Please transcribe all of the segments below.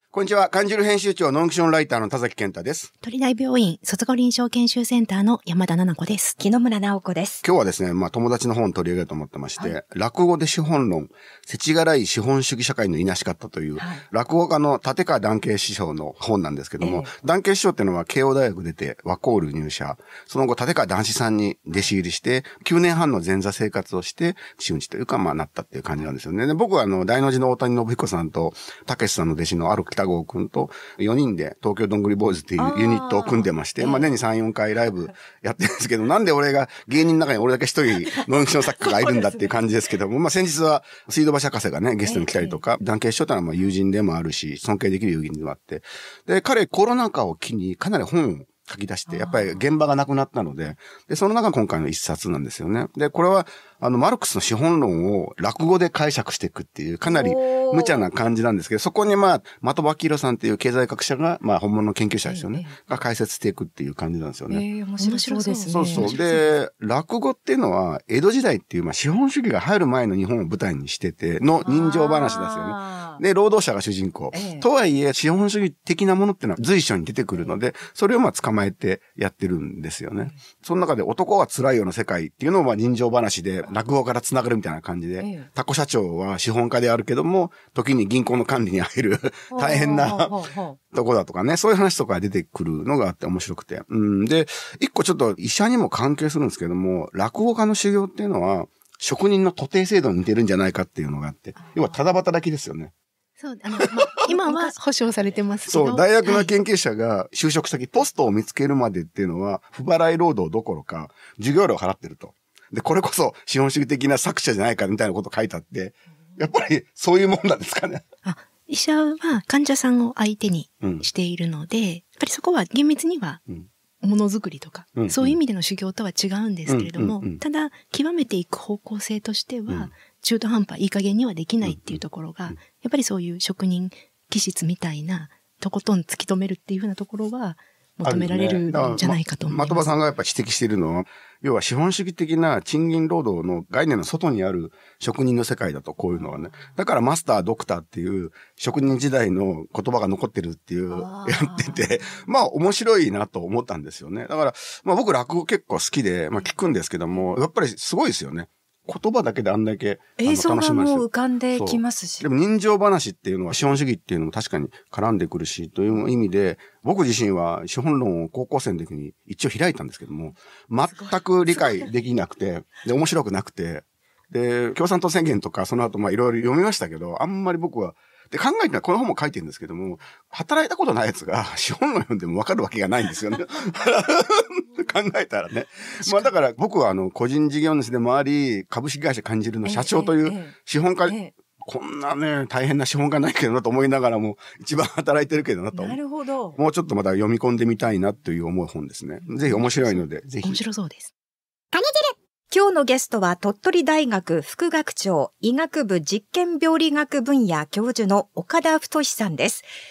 こんにちは。漢字る編集長ノンフィクションライターの田崎健太です。 鳥大病院卒業臨床研修センターの山田奈々子です。 木野村直子です。 今日はですね、友達の本を取り上げようと思ってまして、落語で資本論、世知辛い資本主義社会の否し方という、落語家の立川談慶師匠の本なんですけども、談慶師匠っていうのは慶応大学出てワコール入社、その後立川談志さんに弟子入りして、9年半の前座生活をして、真打ちというかなったっていう感じなんですよね。で僕は大の字の大谷信彦さんと、たけしさんの弟子のある北郷くんと、4人で東京どんぐりボーイズっていうユニットを組んでまして、年に3、4回ライブやってるんですけど、なんで俺が芸人の中に俺だけ一人ノンフィクション作家がいるんだっていう感じですけども、先日は水道橋博士がね、ゲストに来たりとか、談慶師匠ってのは友人でもあるし、尊敬できる友人でもあって、で、彼コロナ禍を機にかなり本を書き出して、やっぱり現場がなくなったので、その中が今回の一冊なんですよね。で、これは、マルクスの資本論を落語で解釈していくっていう、かなり無茶な感じなんですけど、そこに的場明宏さんっていう経済学者が、本物の研究者ですよね。が解説していくっていう感じなんですよね。 面白そうですね。 そうそう。で、落語っていうのは、江戸時代っていう、資本主義が入る前の日本を舞台にしてての人情話ですよね。で、労働者が主人公。とはいえ、資本主義的なものっていうのは随所に出てくるので、それを捕まえてやってるんですよね。その中で男は辛いような世界っていうのを人情話で、落語から繋がるみたいな感じで、タコ社長は資本家であるけども、時に銀行の管理に入る大変なとこだとかね、そういう話とか出てくるのがあって面白くて。で、一個ちょっと医者にも関係するんですけども、落語家の修行っていうのは、職人の徒弟制度に似てるんじゃないかっていうのがあって、要はただ働きですよね。 そう、今は保証されてますけど。 そう、大学の研究者が就職先、ポストを見つけるまでっていうのは、不払い労働どころか、授業料を払ってると。で、これこそ資本主義的な作者じゃないかみたいなこと書いてあって、やっぱりそういうもんなんですかね。 医者は患者さんを相手にしているので、やっぱりそこは厳密には、ものづくりとか、そういう意味での修行とは違うんですけれども、ただ、極めていく方向性としては、中途半端、いい加減にはできないっていうところが、やっぱりそういう職人気質みたいな、とことん突き止めるっていうふうなところは、求められるんじゃないかと思います。 的場さんがやっぱり指摘しているのは、要は資本主義的な賃金労働の概念の外にある職人の世界だと、こういうのはね。だからマスター、ドクターっていう職人時代の言葉が残ってるっていう、やってて、面白いなと思ったんですよね。だから、僕落語結構好きで、聞くんですけども、やっぱりすごいですよね。言葉だけであんだけ映像がもう浮かんできますし。 でも人情話っていうのは資本主義っていうのも確かに絡んでくるし、という意味で、僕自身は資本論を高校生の時に一応開いたんですけども、全く理解できなくて、で、面白くなくて、で、共産党宣言とかその後いろいろ読みましたけど、あんまり僕は、で、考えてこの本も書いてるんですけども、働いたことないやつが資本論読んでもわかるわけがないんですよね。考えたらね。だから僕は個人事業主でもあり、株式会社感じるの社長という資本家、こんなね、大変な資本家ないけどなと思いながらも、一番働いてるけどなと。 なるほど。 もうちょっとまた読み込んでみたいなという思う本ですね。ぜひ面白いので、ぜひ。 面白そうです。 種汁今日のゲストは鳥取大学副学長医学部実験病理学分野教授の岡田太さんです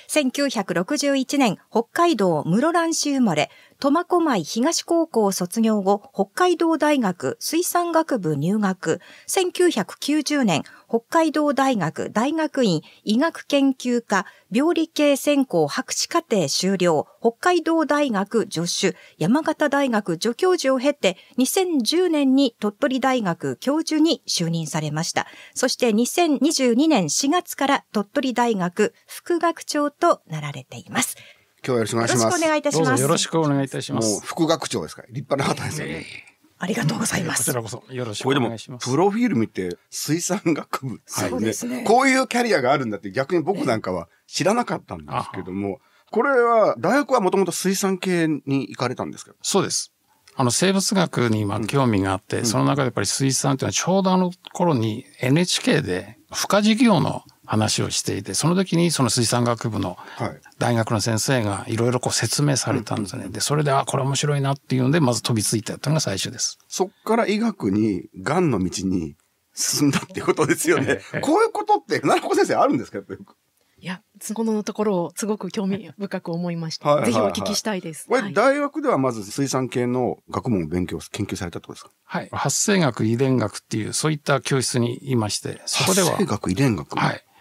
。1961年北海道室蘭市生まれ、苫小牧東高校卒業後、北海道大学水産学部入学。1990年、北海道大学大学院医学研究科病理系専攻博士課程修了。北海道大学助手、山形大学助教授を経て、2010年に鳥取大学教授に就任されました。そして2022年4月から鳥取大学副学長となられています。 今日はよろしくお願いします。 よろしくお願いいたします。 どうぞよろしくお願いいたします。 もう副学長ですから、立派な方ですよね。 ありがとうございます。 こちらこそよろしくお願いします。 これでも、プロフィール見て、水産学部、 そうですね。 こういうキャリアがあるんだって逆に僕なんかは知らなかったんですけども、これは、大学はもともと水産系に行かれたんですか？ そうです。生物学に興味があって、その中でやっぱり水産というのはちょうど頃に NHK で孵化事業の話をしていて、その時にその水産学部の大学の先生がいろいろ説明されたんですね。で、それで、これ面白いなっていうんで、まず飛びついたというのが最初です。 そっから医学に、癌の道に進んだっていうことですよね。こういうことって、奈々子先生あるんですか？ いや、そこのところをすごく興味深く思いました。ぜひお聞きしたいです。 これ、大学ではまず水産系の学問を研究されたってことですか？ はい。発生学、遺伝学っていう、そういった教室にいまして、そこでは。 発生学、遺伝学。 はい。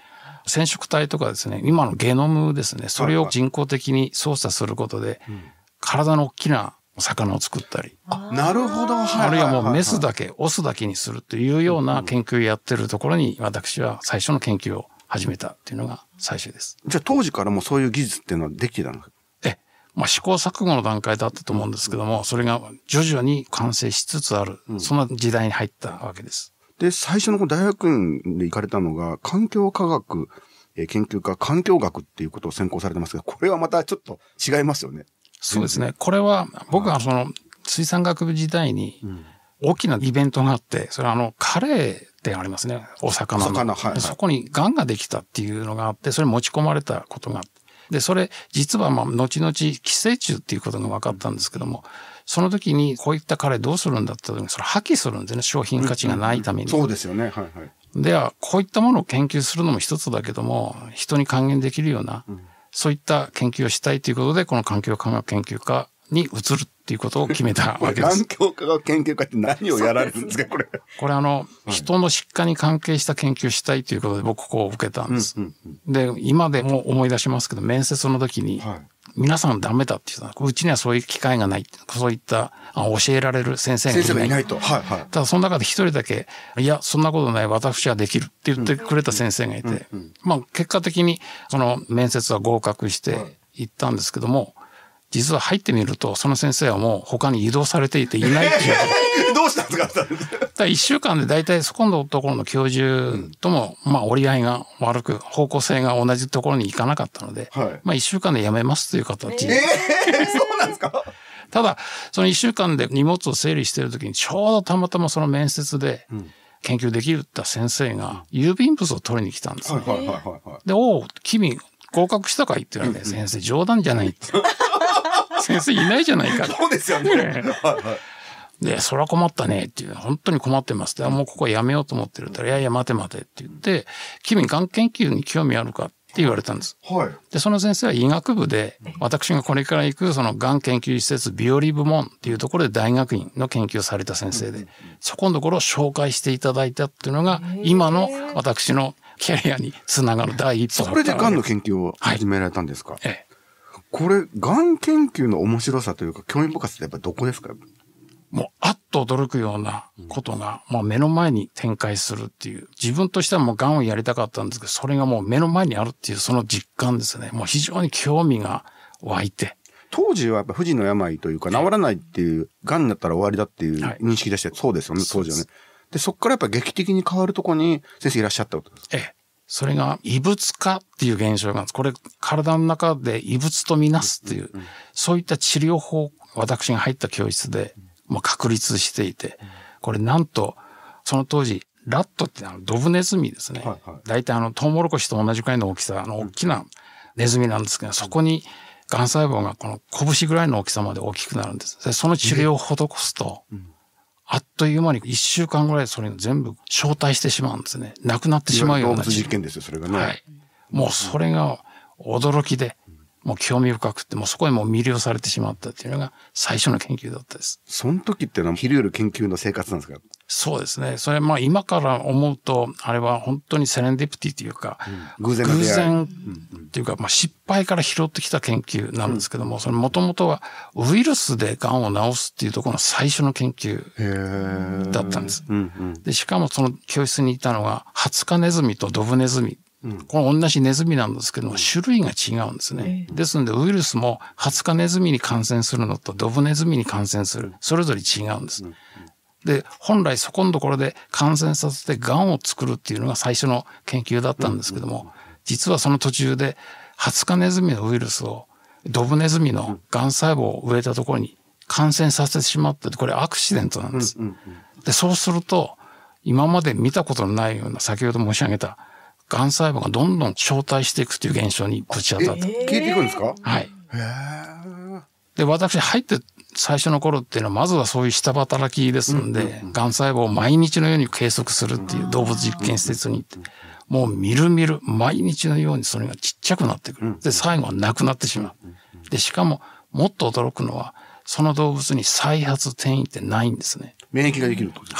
染色体とかですね、今のゲノムですね、それを人工的に操作することで、体の大きなお魚を作ったり。 なるほど。 あるいはもうメスだけ、オスだけにするというような研究をやってるところに、私は最初の研究を始めたっていうのが最初です。 じゃあ当時からもそういう技術っていうのはできてたのか？ 試行錯誤の段階だったと思うんですけども、それが徐々に完成しつつある、そんな時代に入ったわけです。 で、最初の大学院で行かれたのが、環境科学研究科環境学っていうことを専攻されてますけど、これはまたちょっと違いますよね。 そうですね。これは僕は水産学部時代に大きなイベントがあって、それはカレーってありますね。お魚の。そこに癌ができたっていうのがあって、それ持ち込まれたことがあって。で、それ、実は後々寄生虫っていうことが分かったんですけども、その時にこういったカレーどうするんだって時に、それ破棄するんですね。商品価値がないために。 そうですよね。はいはい。 では、こういったものを研究するのも一つだけども、人に還元できるような、そういった研究をしたいということで、この環境科学研究科に移るっていうことを決めたわけです。 環境科学研究科って何をやられるんですか、これ。 これ人の疾患に関係した研究をしたいということで僕ここを受けたんです。で、今でも思い出しますけど、面接の時に、皆さんダメだって言ったうちにはそういう機会がない。そういった教えられる先生がいないと。ただその中で一人だけ、いや、そんなことない、私はできるって言ってくれた先生がいて、結果的にその面接は合格して行ったんですけども、実は入ってみると、その先生はもう他に移動されていていないっていう。 どうしたんですか？ だから1週間で大体そこのところの教授とも、折り合いが悪く、方向性が同じところに行かなかったので、1週間で辞めますという形で。 そうなんですか？ ただ、その1週間で荷物を整理しているときに、ちょうどたまたまその面接で研究できるって先生が郵便物を取りに来たんですね。で、君合格したかいって言われて、先生冗談じゃないって。先生いないじゃないか。 そうですよね。 で、それは困ったねっていう、本当に困ってますって、もうここやめようと思ってるって言ったら、いやいや待て待てって言って、君がん研究に興味あるかって言われたんです。で、その先生は医学部で、私がこれから行くそのがん研究施設ビオリ部門っていうところで大学院の研究をされた先生で、そこのところを紹介していただいたっていうのが、今の私のキャリアにつながる第一歩だった。 それでがんの研究を始められたんですか？これ、がん研究の面白さというか、興味深さってやっぱどこですか？ もう、あっと驚くようなことが、目の前に展開するっていう。自分としてはもうがんをやりたかったんですけど、それがもう目の前にあるっていう、その実感ですね。もう非常に興味が湧いて。 当時はやっぱ不治の病というか、治らないっていう、がんになったら終わりだっていう認識でして、そうですよね、当時はね。で、そこからやっぱ劇的に変わるところに先生いらっしゃったことですか？ それが異物化っていう現象があるんです。これ、体の中で異物とみなすっていう、そういった治療法、私が入った教室でもう確立していて、これなんと、その当時、ラットってドブネズミですね。大体トウモロコシと同じくらいの大きさ、大きなネズミなんですけど、そこに癌細胞がこの拳ぐらいの大きさまで大きくなるんです。で、その治療を施すと、あっという間に1週間ぐらいそれが全部招待してしまうんですね。なくなってしまうような。 動物実験ですよ、それがね。 はい。もうそれが驚きで、もう興味深くって、もうそこにもう魅了されてしまったっていうのが最初の研究だったです。 その時っていうのは昼夜研究の生活なんですか？ そうですね。それ今から思うと、あれは本当にセレンディピティというか、 偶然っていうか、失敗から拾ってきた研究なんですけども、それもともとはウイルスで癌を治すっていうところの最初の研究だったんです。で、しかもその教室にいたのが、ハツカネズミとドブネズミ。この同じネズミなんですけども、種類が違うんですね。ですので、ウイルスもハツカネズミに感染するのとドブネズミに感染する。それぞれ違うんです。で、本来そこのところで感染させて癌を作るっていうのが最初の研究だったんですけども、実はその途中でハツカネズミのウイルスをドブネズミの癌細胞を植えたところに感染させてしまって、これアクシデントなんです。で、そうすると、今まで見たことのないような、先ほど申し上げた、癌細胞がどんどん招待していくという現象にぶち当たった。 消えていくんですか？ はい。で、私入って最初の頃っていうのは、まずはそういう下働きですので、癌細胞を毎日のように計測するっていう動物実験施設に行って、もうみるみる毎日のようにそれがちっちゃくなってくる。で、最後はなくなってしまう。で、しかももっと驚くのは、その動物に再発転移ってないんですね。 免疫ができるってことですか？ はい。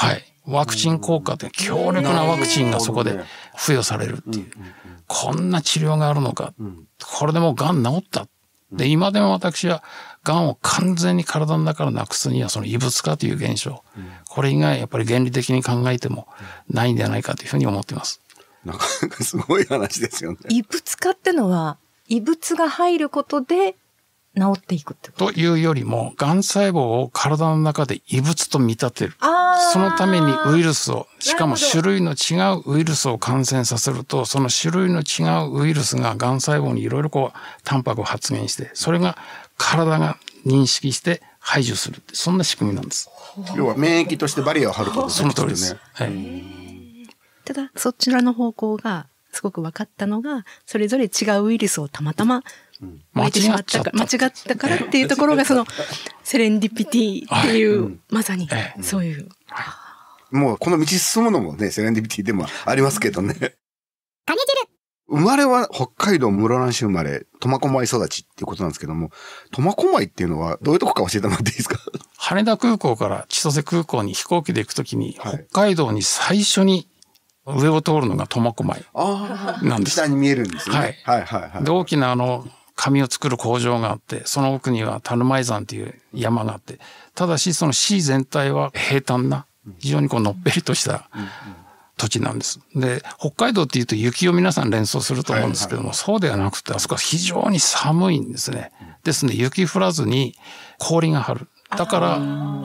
ワクチン効果って強力なワクチンがそこで付与されるっていう。こんな治療があるのか。これでもう癌治った。で、今でも私は癌を完全に体の中からなくすにはその異物化という現象。これ以外やっぱり原理的に考えてもないんじゃないかというふうに思っています。 なかなかすごい話ですよね。 異物化ってのは、異物が入ることで治っていくってこと？ というよりも、癌細胞を体の中で異物と見立てる。そのためにウイルスを、しかも種類の違うウイルスを感染させると、その種類の違うウイルスが癌細胞にいろいろタンパクを発現して、それが体が認識して排除する。そんな仕組みなんです。 要は免疫としてバリアを張ることですね。 その通りです。はい。 ただ、そちらの方向がすごく分かったのが、それぞれ違うウイルスをたまたま間違ったからっていうところが、そのセレンディピティっていう、まさにそういう。 もうこの道進むのもね、セレンディピティでもありますけどね。生まれは北海道室蘭市生まれ、苫小牧育ちっていうことなんですけども、苫小牧っていうのはどういうとこか教えてもらっていいですか？ 羽田空港から千歳空港に飛行機で行くときに、北海道に最初に上を通るのが苫小牧なんです。 下に見えるんですね。はい。はいはいはい。 で、大きな紙を作る工場があって、その奥には田沼山という山があって、ただしその市全体は平坦な、非常にのっぺりとした土地なんです。で、北海道っていうと雪を皆さん連想すると思うんですけども、そうではなくて、あそこは非常に寒いんですね。ですので、雪降らずに氷が張る。だから、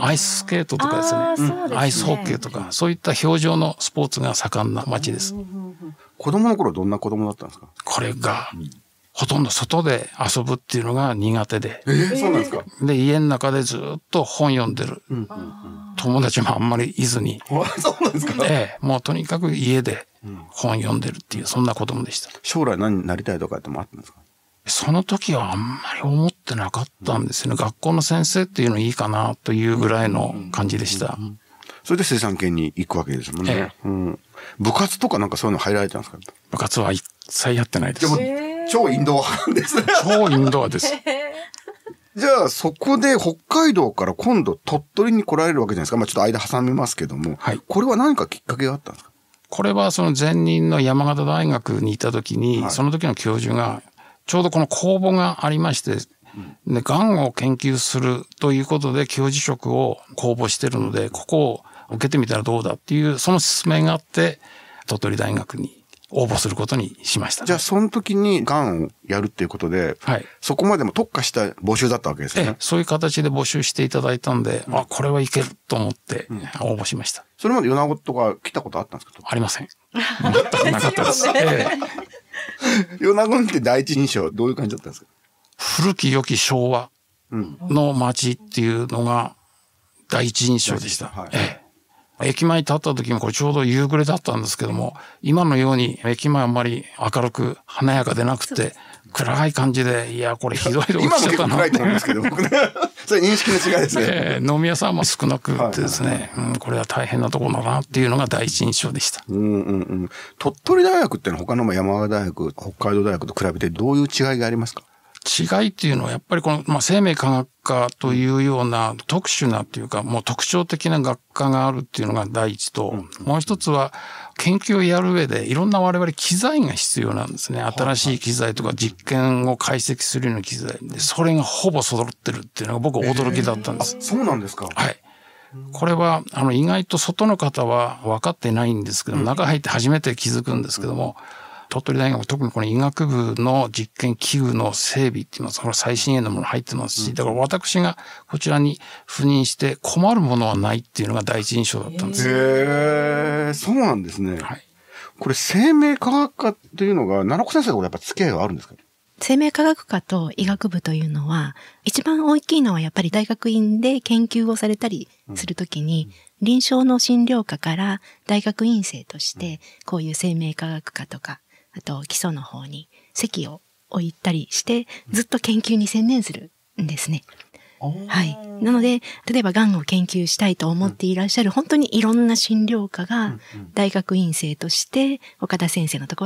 アイススケートとかですね、アイスホッケーとか、そういった氷上のスポーツが盛んな街です。 子供の頃どんな子供だったんですか？ これが、ほとんど外で遊ぶっていうのが苦手で。 そうなんですか？ で、家の中でずっと本読んでる。友達もあんまりいずに。 そうなんですか？ もうとにかく家で本読んでるっていう、そんな子供でした。 将来何になりたいとかってもあったんですか？ その時はあんまり思ってなかったんですよね。学校の先生っていうのいいかなというぐらいの感じでした。 それで生産研に行くわけですもんね。部活とかなんかそういうの入られたんですか？ 部活は一切やってないです。 超インドア派ですね。 超インドアです。 じゃあそこで北海道から今度鳥取に来られるわけじゃないですか。まあちょっと間挟みますけども。はい。これは何かきっかけがあったんですか？ これはその前任の山形大学にいた時に、その時の教授が、ちょうどこの公募がありまして、で、癌を研究するということで教授職を公募してるので、ここを受けてみたらどうだっていう、その勧めがあって、鳥取大学に応募することにしました。 じゃあ、その時に癌をやるっていうことで、はい、そこまでも特化した募集だったわけですね。 そういう形で募集していただいたんで、これはいけると思って応募しました。 それまで米子とか来たことあったんですか？ ありません。全くなかったです。 米子って第一印象どういう感じだったんですか？ 古き良き昭和の街っていうのが第一印象でした。駅前に立った時もこれちょうど夕暮れだったんですけども、今のように駅前あんまり明るく華やかでなくて、暗い感じで、いや、これひどいとこ来ちゃったな。 今も結構暗いと思うんですけど、僕ね。それ認識の違いですね。 飲み屋さんも少なくてですね、これは大変なところだなっていうのが第一印象でした。 鳥取大学ってのは他の山形大学、北海道大学と比べてどういう違いがありますか？ 違いっていうのはやっぱりこの、生命科学科というような特殊なっていうかもう特徴的な学科があるっていうのが第一と、もう一つは研究をやる上でいろんな我々機材が必要なんですね。新しい機材とか実験を解析するような機材で、それがほぼ揃ってるっていうのが僕驚きだったんです。 そうなんですか？ はい。これは意外と外の方は分かってないんですけど、中入って初めて気づくんですけども、鳥取大学、特にこの医学部の実験器具の整備っていうのは、それ最新鋭のもの入ってますし、だから私がこちらに赴任して困るものはないっていうのが第一印象だったんです。 そうなんですね。 はい。 これ生命科学科というのが、奈良子先生とやっぱ付き合いがあるんですか？ 生命科学科と医学部というのは、一番大きいのはやっぱり大学院で研究をされたりするときに、臨床の診療科から大学院生として、こういう生命科学科とか、あと基礎の方に席を置いたりして、ずっと研究に専念するんですね。はい。なので、例えば癌を研究したいと思っていらっしゃる、本当にいろんな診療科が大学院生として岡田先生のところに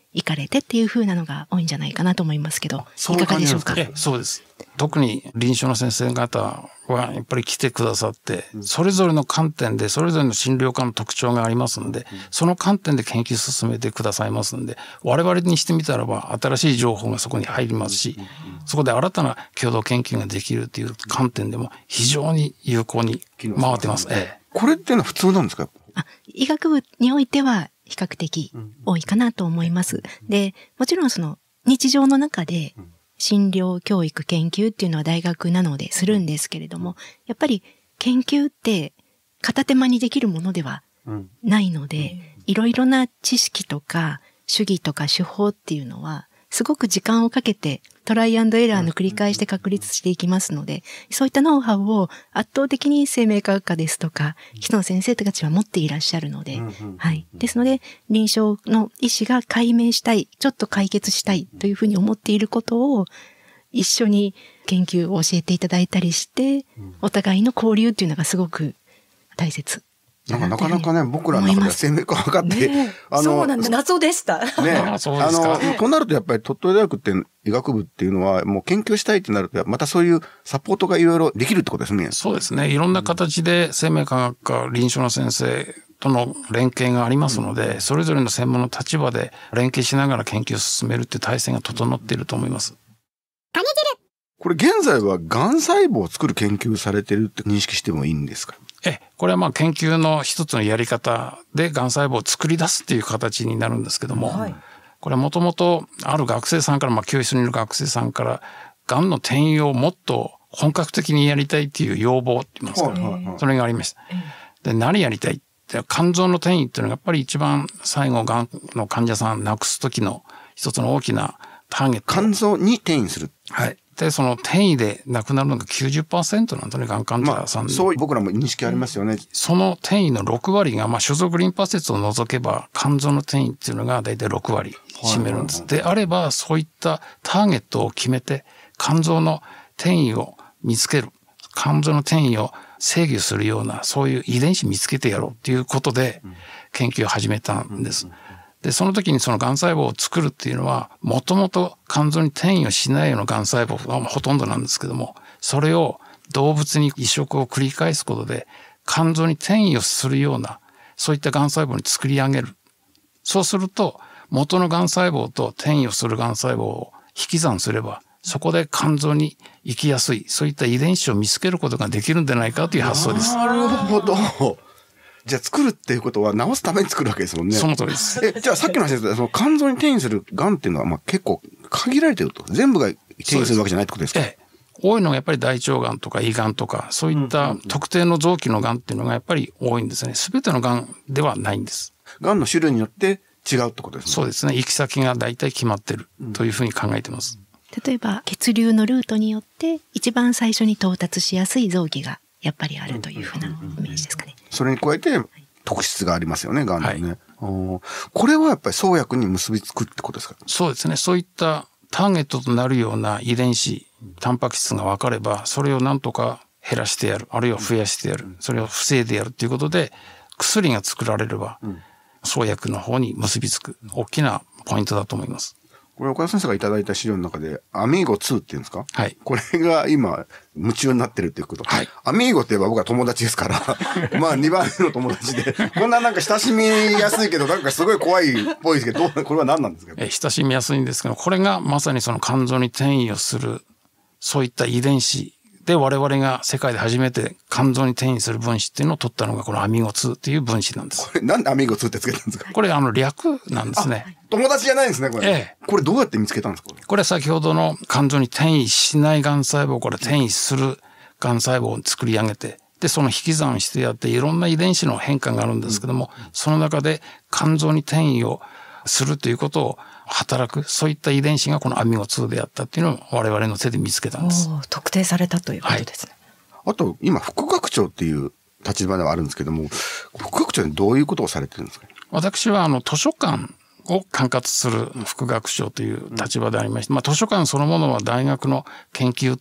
行かれてっていう風なのが多いんじゃないかなと思いますけど、いかがでしょうか？ そうです。特に臨床の先生方はやっぱり来てくださって、それぞれの観点でそれぞれの診療科の特徴がありますので、その観点で研究進めてくださいますので、我々にしてみたらば新しい情報がそこに入りますし、そこで新たな共同研究ができるという観点でも非常に有効に回ってます。 これっていうのは普通なんですか？ 医学部においては比較的多いかなと思います。で、もちろんその日常の中で診療教育研究っていうのは大学なのでするんですけれども、やっぱり研究って片手間にできるものではないので、いろいろな知識とか主義とか手法っていうのはすごく時間をかけてトライアンドエラーの繰り返しで確立していきますので、そういったノウハウを圧倒的に生命科学科ですとか、基礎の先生たちは持っていらっしゃるので、はい。ですので、臨床の医師が解明したい、ちょっと解決したいというふうに思っていることを、一緒に研究を教えていただいたりして、お互いの交流っていうのがすごく大切。 なかなかね、僕らの中では生命科学科って、 そうなんだ、謎でした。 ね、 そうですか。 となるとやっぱり鳥取大学って医学部っていうのは、もう研究したいってなると、またそういうサポートがいろいろできるってことですね。 そうですね。いろんな形で生命科学科、臨床の先生との連携がありますので、それぞれの専門の立場で連携しながら研究を進めるっていう体制が整っていると思います。 これ現在は癌細胞を作る研究されてるって認識してもいいんですか？ これはまあ研究の一つのやり方で癌細胞を作り出すっていう形になるんですけども、これはもともとある学生さんから、教室にいる学生さんから、癌の転移をもっと本格的にやりたいっていう要望って言いますか、それがありました。で、何やりたいって、肝臓の転移っていうのがやっぱり一番最後癌の患者さん亡くす時の一つの大きなターゲット。 肝臓に転移する。 はい。で、その転移で亡くなるのが 90% なんだね、がん患者さんで。 そう僕らも認識ありますよね。 その転移の6割が、所属リンパ節を除けば、肝臓の転移っていうのが大体6割占めるんです。であれば、そういったターゲットを決めて、肝臓の転移を見つける。肝臓の転移を制御するような、そういう遺伝子見つけてやろうっていうことで、研究を始めたんです。で、その時にその癌細胞を作るっていうのは、もともと肝臓に転移をしないような癌細胞がほとんどなんですけども、それを動物に移植を繰り返すことで、肝臓に転移をするような、そういった癌細胞に作り上げる。そうすると、元の癌細胞と転移をする癌細胞を引き算すれば、そこで肝臓に行きやすい、そういった遺伝子を見つけることができるんじゃないかという発想です。 なるほど。じゃあ作るっていうことは治すために作るわけですもんね。 その通りです。 じゃあさっきの話でその肝臓に転移する癌っていうのは結構限られてると。全部が転移するわけじゃないってことですか？ 多いのがやっぱり大腸がんとか胃がんとか、そういった特定の臓器のがんっていうのがやっぱり多いんですね。すべてのがんではないんです。 がんの種類によって違うってことですね。 そうですね。行き先が大体決まってるというふうに考えてます。 例えば血流のルートによって一番最初に到達しやすい臓器がやっぱりあるというふうなイメージですかね。 それに加えて特質がありますよね、がんのね。これはやっぱり創薬に結びつくってことですか？ そうですね。そういったターゲットとなるような遺伝子、タンパク質が分かれば、それをなんとか減らしてやる、あるいは増やしてやる、それを防いでやるということで、薬が作られれば、創薬の方に結びつく大きなポイントだと思います。 これ岡田先生がいただいた資料の中で、アミーゴ2っていうんですか？ はい。 これが今、夢中になってるっていうこと。はい。アミーゴって言えば僕は友達ですから、2番目の友達で、こんななんか親しみやすいけど、なんかすごい怖いっぽいですけど、これは何なんですか？ 親しみやすいんですけど、これがまさにその肝臓に転移をする、そういった遺伝子で我々が世界で初めて肝臓に転移する分子っていうのを取ったのがこのアミーゴ2っていう分子なんです。 これなんでアミーゴ2ってつけたんですか？ これ略なんですね。 友達じゃないんですね、これ。これどうやって見つけたんですか？ これは先ほどの肝臓に転移しない癌細胞から転移する癌細胞を作り上げて、で、その引き算してやっていろんな遺伝子の変化があるんですけども、その中で肝臓に転移をするということを働く、そういった遺伝子がこのアミゴ2であったっていうのを我々の手で見つけたんです。 特定されたということですね。 あと、今、副学長っていう立場ではあるんですけども、副学長にどういうことをされてるんですか？ 私は図書館を管轄する副学長という立場でありまして、図書館そのものは大学の研究と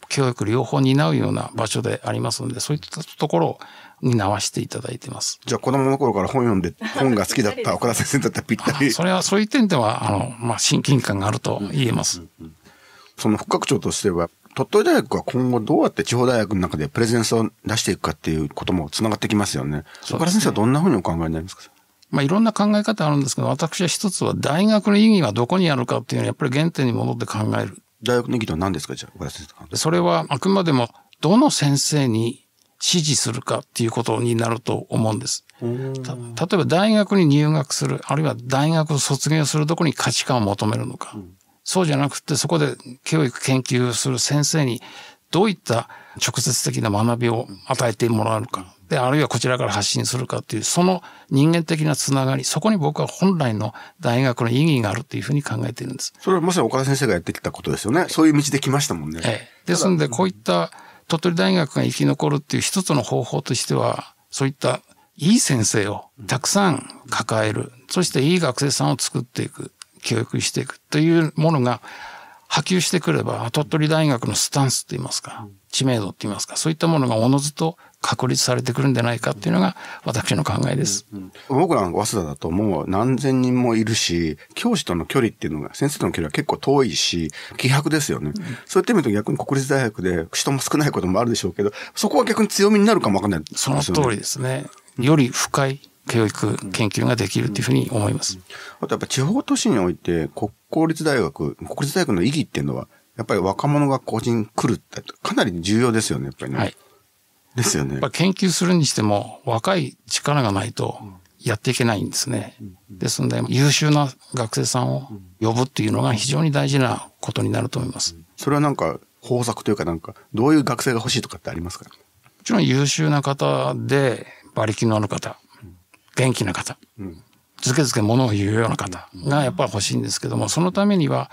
教育両方担うような場所でありますので、そういったところを担わせていただいてます。 じゃあ子供の頃から本読んで、本が好きだった岡田先生だったらぴったり。 それはそういう点では、親近感があると言えます。 その副学長としては、鳥取大学は今後どうやって地方大学の中でプレゼンスを出していくかっていうこともつながってきますよね。岡田先生はどんなふうにお考えになりますか？ いろんな考え方あるんですけど、私は一つは大学の意義がどこにあるかっていうのはやっぱり原点に戻って考える。 大学の意義とは何ですか？じゃあ岡田先生。 それはあくまでもどの先生に指示するかっていうことになると思うんです。例えば大学に入学する、あるいは大学を卒業するところに価値観を求めるのか。そうじゃなくてそこで教育研究する先生にどういった直接的な学びを与えてもらうのか。で、あるいはこちらから発信するかっていう、その人間的なつながり、そこに僕は本来の大学の意義があるというふうに考えているんです。 それはまさに岡田先生がやってきたことですよね。そういう道で来ましたもんね。 ですので、こういった鳥取大学が生き残るっていう一つの方法としては、そういったいい先生をたくさん抱える、そしていい学生さんを作っていく、教育していくというものが波及してくれば、鳥取大学のスタンスといいますか、知名度といいますか、そういったものがおのずと確立されてくるんじゃないかっていうのが私の考えです。 僕らの早稲田だともう何千人もいるし、教師との距離っていうのが、先生との距離は結構遠いし、希薄ですよね。そういった意味で逆に国立大学で人も少ないこともあるでしょうけど、そこは逆に強みになるかもわかんない、 その通りですね。より深い教育研究ができるというふうに思います。 あとやっぱ地方都市において国立大学の意義っていうのは、やっぱり若者が個人来るってかなり重要ですよね、やっぱりね。はい。ですよね。 やっぱ研究するにしても若い力がないとやっていけないんですね。ですので優秀な学生さんを呼ぶっていうのが非常に大事なことになると思います。 それはなんか方策というかどういう学生が欲しいとかってありますか？ もちろん優秀な方で馬力のある方、元気な方、ずけずけ物を言うような方がやっぱり欲しいんですけども、そのためには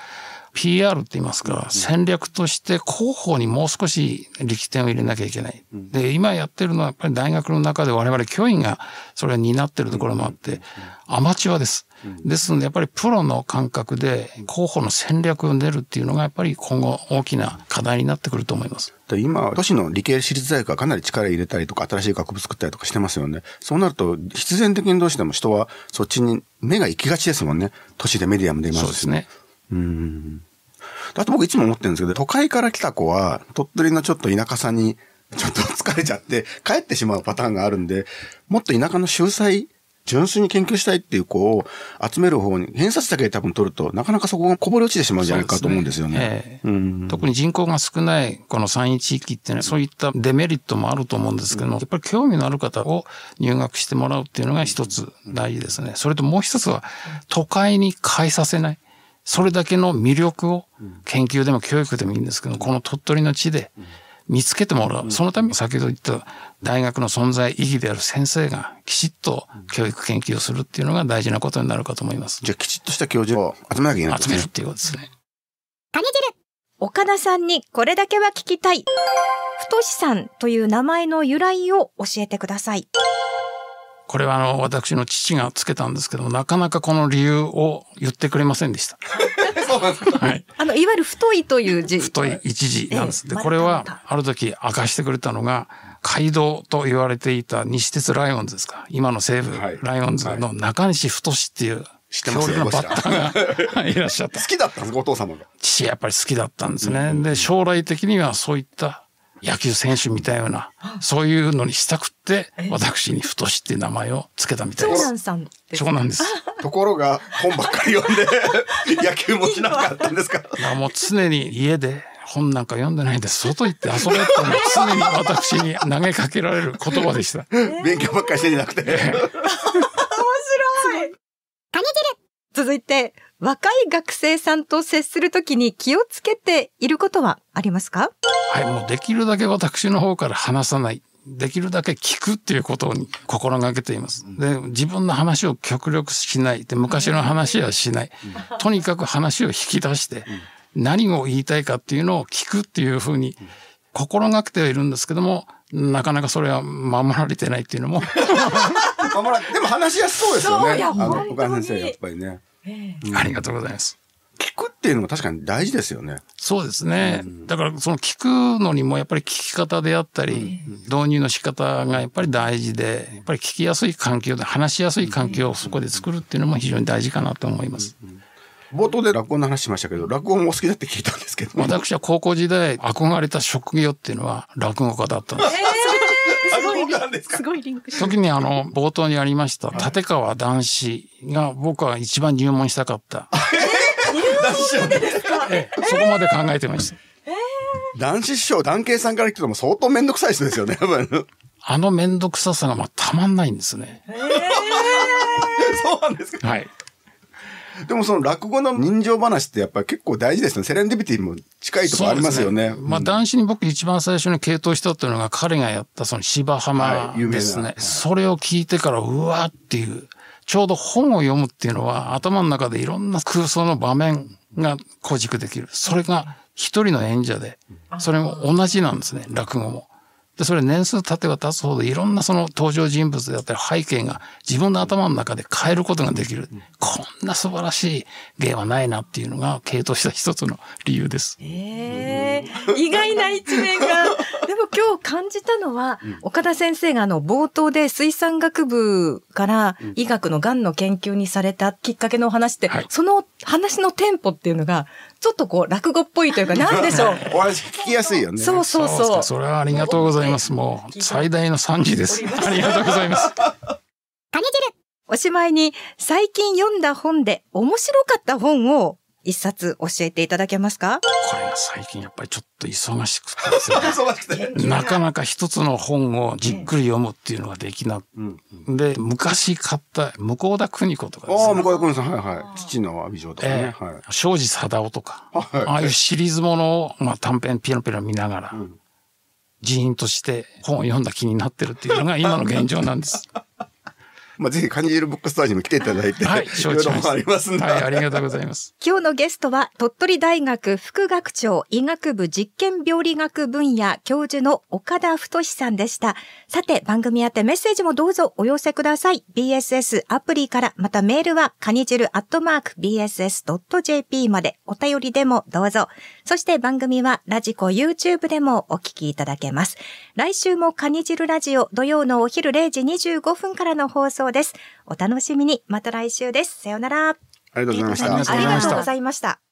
PR って言いますか、戦略として広報にもう少し力点を入れなきゃいけない。で、今やってるのはやっぱり大学の中で我々教員がそれを担ってるところもあって、アマチュアです。ですのでやっぱりプロの感覚で広報の戦略を練るっていうのがやっぱり今後大きな課題になってくると思います。 今、都市の理系私立大学はかなり力入れたりとか新しい学部作ったりとかしてますよね。そうなると必然的にどうしても人はそっちに目が行きがちですもんね。都市でメディアも出ますし。 そうですね。 あと僕いつも思ってるんですけど、都会から来た子は鳥取のちょっと田舎さにちょっと疲れちゃって帰ってしまうパターンがあるんで、もっと田舎の秀才、純粋に研究したいっていう子を集める方に偏差値だけ多分取るとなかなかそこがこぼれ落ちてしまうんじゃないかと思うんですよね。 特に人口が少ないこの山陰地域っていうのはそういったデメリットもあると思うんですけども、やっぱり興味のある方を入学してもらうっていうのが一つ大事ですね。それともう一つは都会に変えさせない。それだけの魅力を研究でも教育でもいいんですけど、この鳥取の地で見つけてもらう。そのために先ほど言った大学の存在意義である先生がきちっと教育研究をするっていうのが大事なことになるかと思います。 じゃあきちっとした教授を集めなきゃいけないですね。 集めるっていうことですね。 岡田さんにこれだけは聞きたい。太さんという名前の由来を教えてください。 これは私の父がつけたんですけども、なかなかこの理由を言ってくれませんでした。 そうなんですか。 はい。いわゆる太いという字。 太い一字なんです。で、これはある時明かしてくれたのが、街道と言われていた西鉄ライオンズですか。今の西武ライオンズの中西太っていう強力なバッターがいらっしゃった。 好きだったんです、お父様が。 父やっぱり好きだったんですね。で、将来的にはそういった野球選手みたいな、そういうのにしたくって、私に太っていう名前をつけたみたいです。 長男さんです。 そうなんです。 ところが、本ばっかり読んで、野球もしなかったんですか？ もう常に家で本なんか読んでないで、外行って遊べって常に私に投げかけられる言葉でした。 勉強ばっかりしてなくて。面白い。 続いて、若い学生さんと接するときに気をつけていることはありますか？ はい、もうできるだけ私の方から話さない。できるだけ聞くっていうことに心がけています。で、自分の話を極力しない。で、昔の話はしない。とにかく話を引き出して、何を言いたいかっていうのを聞くっていうふうに心がけてはいるんですけども、なかなかそれは守られてないっていうのも。 でも話しやすそうですよね。岡先生、やっぱりね。 ありがとうございます。 聞くっていうのも確かに大事ですよね。 そうですね。だからその聞くのにもやっぱり聞き方であったり、導入の仕方がやっぱり大事で、やっぱり聞きやすい環境で、話しやすい環境をそこで作るっていうのも非常に大事かなと思います。 冒頭で落語の話しましたけど、落語もお好きだって聞いたんですけど。 私は高校時代憧れた職業っていうのは落語家だったんです。 すごいリンクしてる。 時に冒頭にありました立川談志が僕は一番入門したかった。そこまで考えてました。 談志師匠、談慶さんから聞くとも相当めんどくさい人ですよね。 めんどくささがたまんないんですね。 そうなんですか。 はい。 でもその落語の人情話ってやっぱり結構大事ですね。セレンディピティも近いところありますよね。 談志に僕一番最初に傾倒したというのが彼がやったその芝浜ですね。それを聞いてからうわーっていう、ちょうど本を読むっていうのは頭の中でいろんな空想の場面が構築できる。それが一人の演者で、それも同じなんですね、落語も。で、それ年数経てば経つほどいろんなその登場人物であったり背景が自分の頭の中で変えることができる。こんな素晴らしい芸はないなっていうのが傾倒した一つの理由です。 意外な一面が。でも今日感じたのは、岡田先生が冒頭で水産学部から医学のがんの研究にされたきっかけのお話って、その話のテンポっていうのが、ちょっとこう落語っぽいというか、なんでしょう。 お話聞きやすいよね。 そう。 それはありがとうございます。もう最大の賛辞です。ありがとうございます。 おしまいに最近読んだ本で面白かった本を一冊教えていただけますか？ これが最近やっぱりちょっと忙しくてですね。なかなか一つの本をじっくり読むっていうのができなくて、昔買った向田邦子とかですね。 向田邦子さん、はい。父の阿鼻情とかね。 庄司貞夫とか、ああいうシリーズものを短編ピラピラ見ながら、人員として本を読んだ気になってるっていうのが今の現状なんです。 ぜひ感じるブックストアにも来ていただいて、はい、承知しました。いろいろありますんで。 はい、ありがとうございます。 今日のゲストは鳥取大学副学長医学部実験病理学分野教授の岡田太さんでした。さて、番組宛てメッセージもどうぞお寄せください。BSS アプリから、またメールはかにじる@bss.jp までお便りでもどうぞ。そして番組はラジコ YouTube でもお聞きいただけます。来週もかにじるラジオ土曜のお昼0時25分からの放送です。お楽しみに。また来週です。さようなら。 ありがとうございました。 ありがとうございました。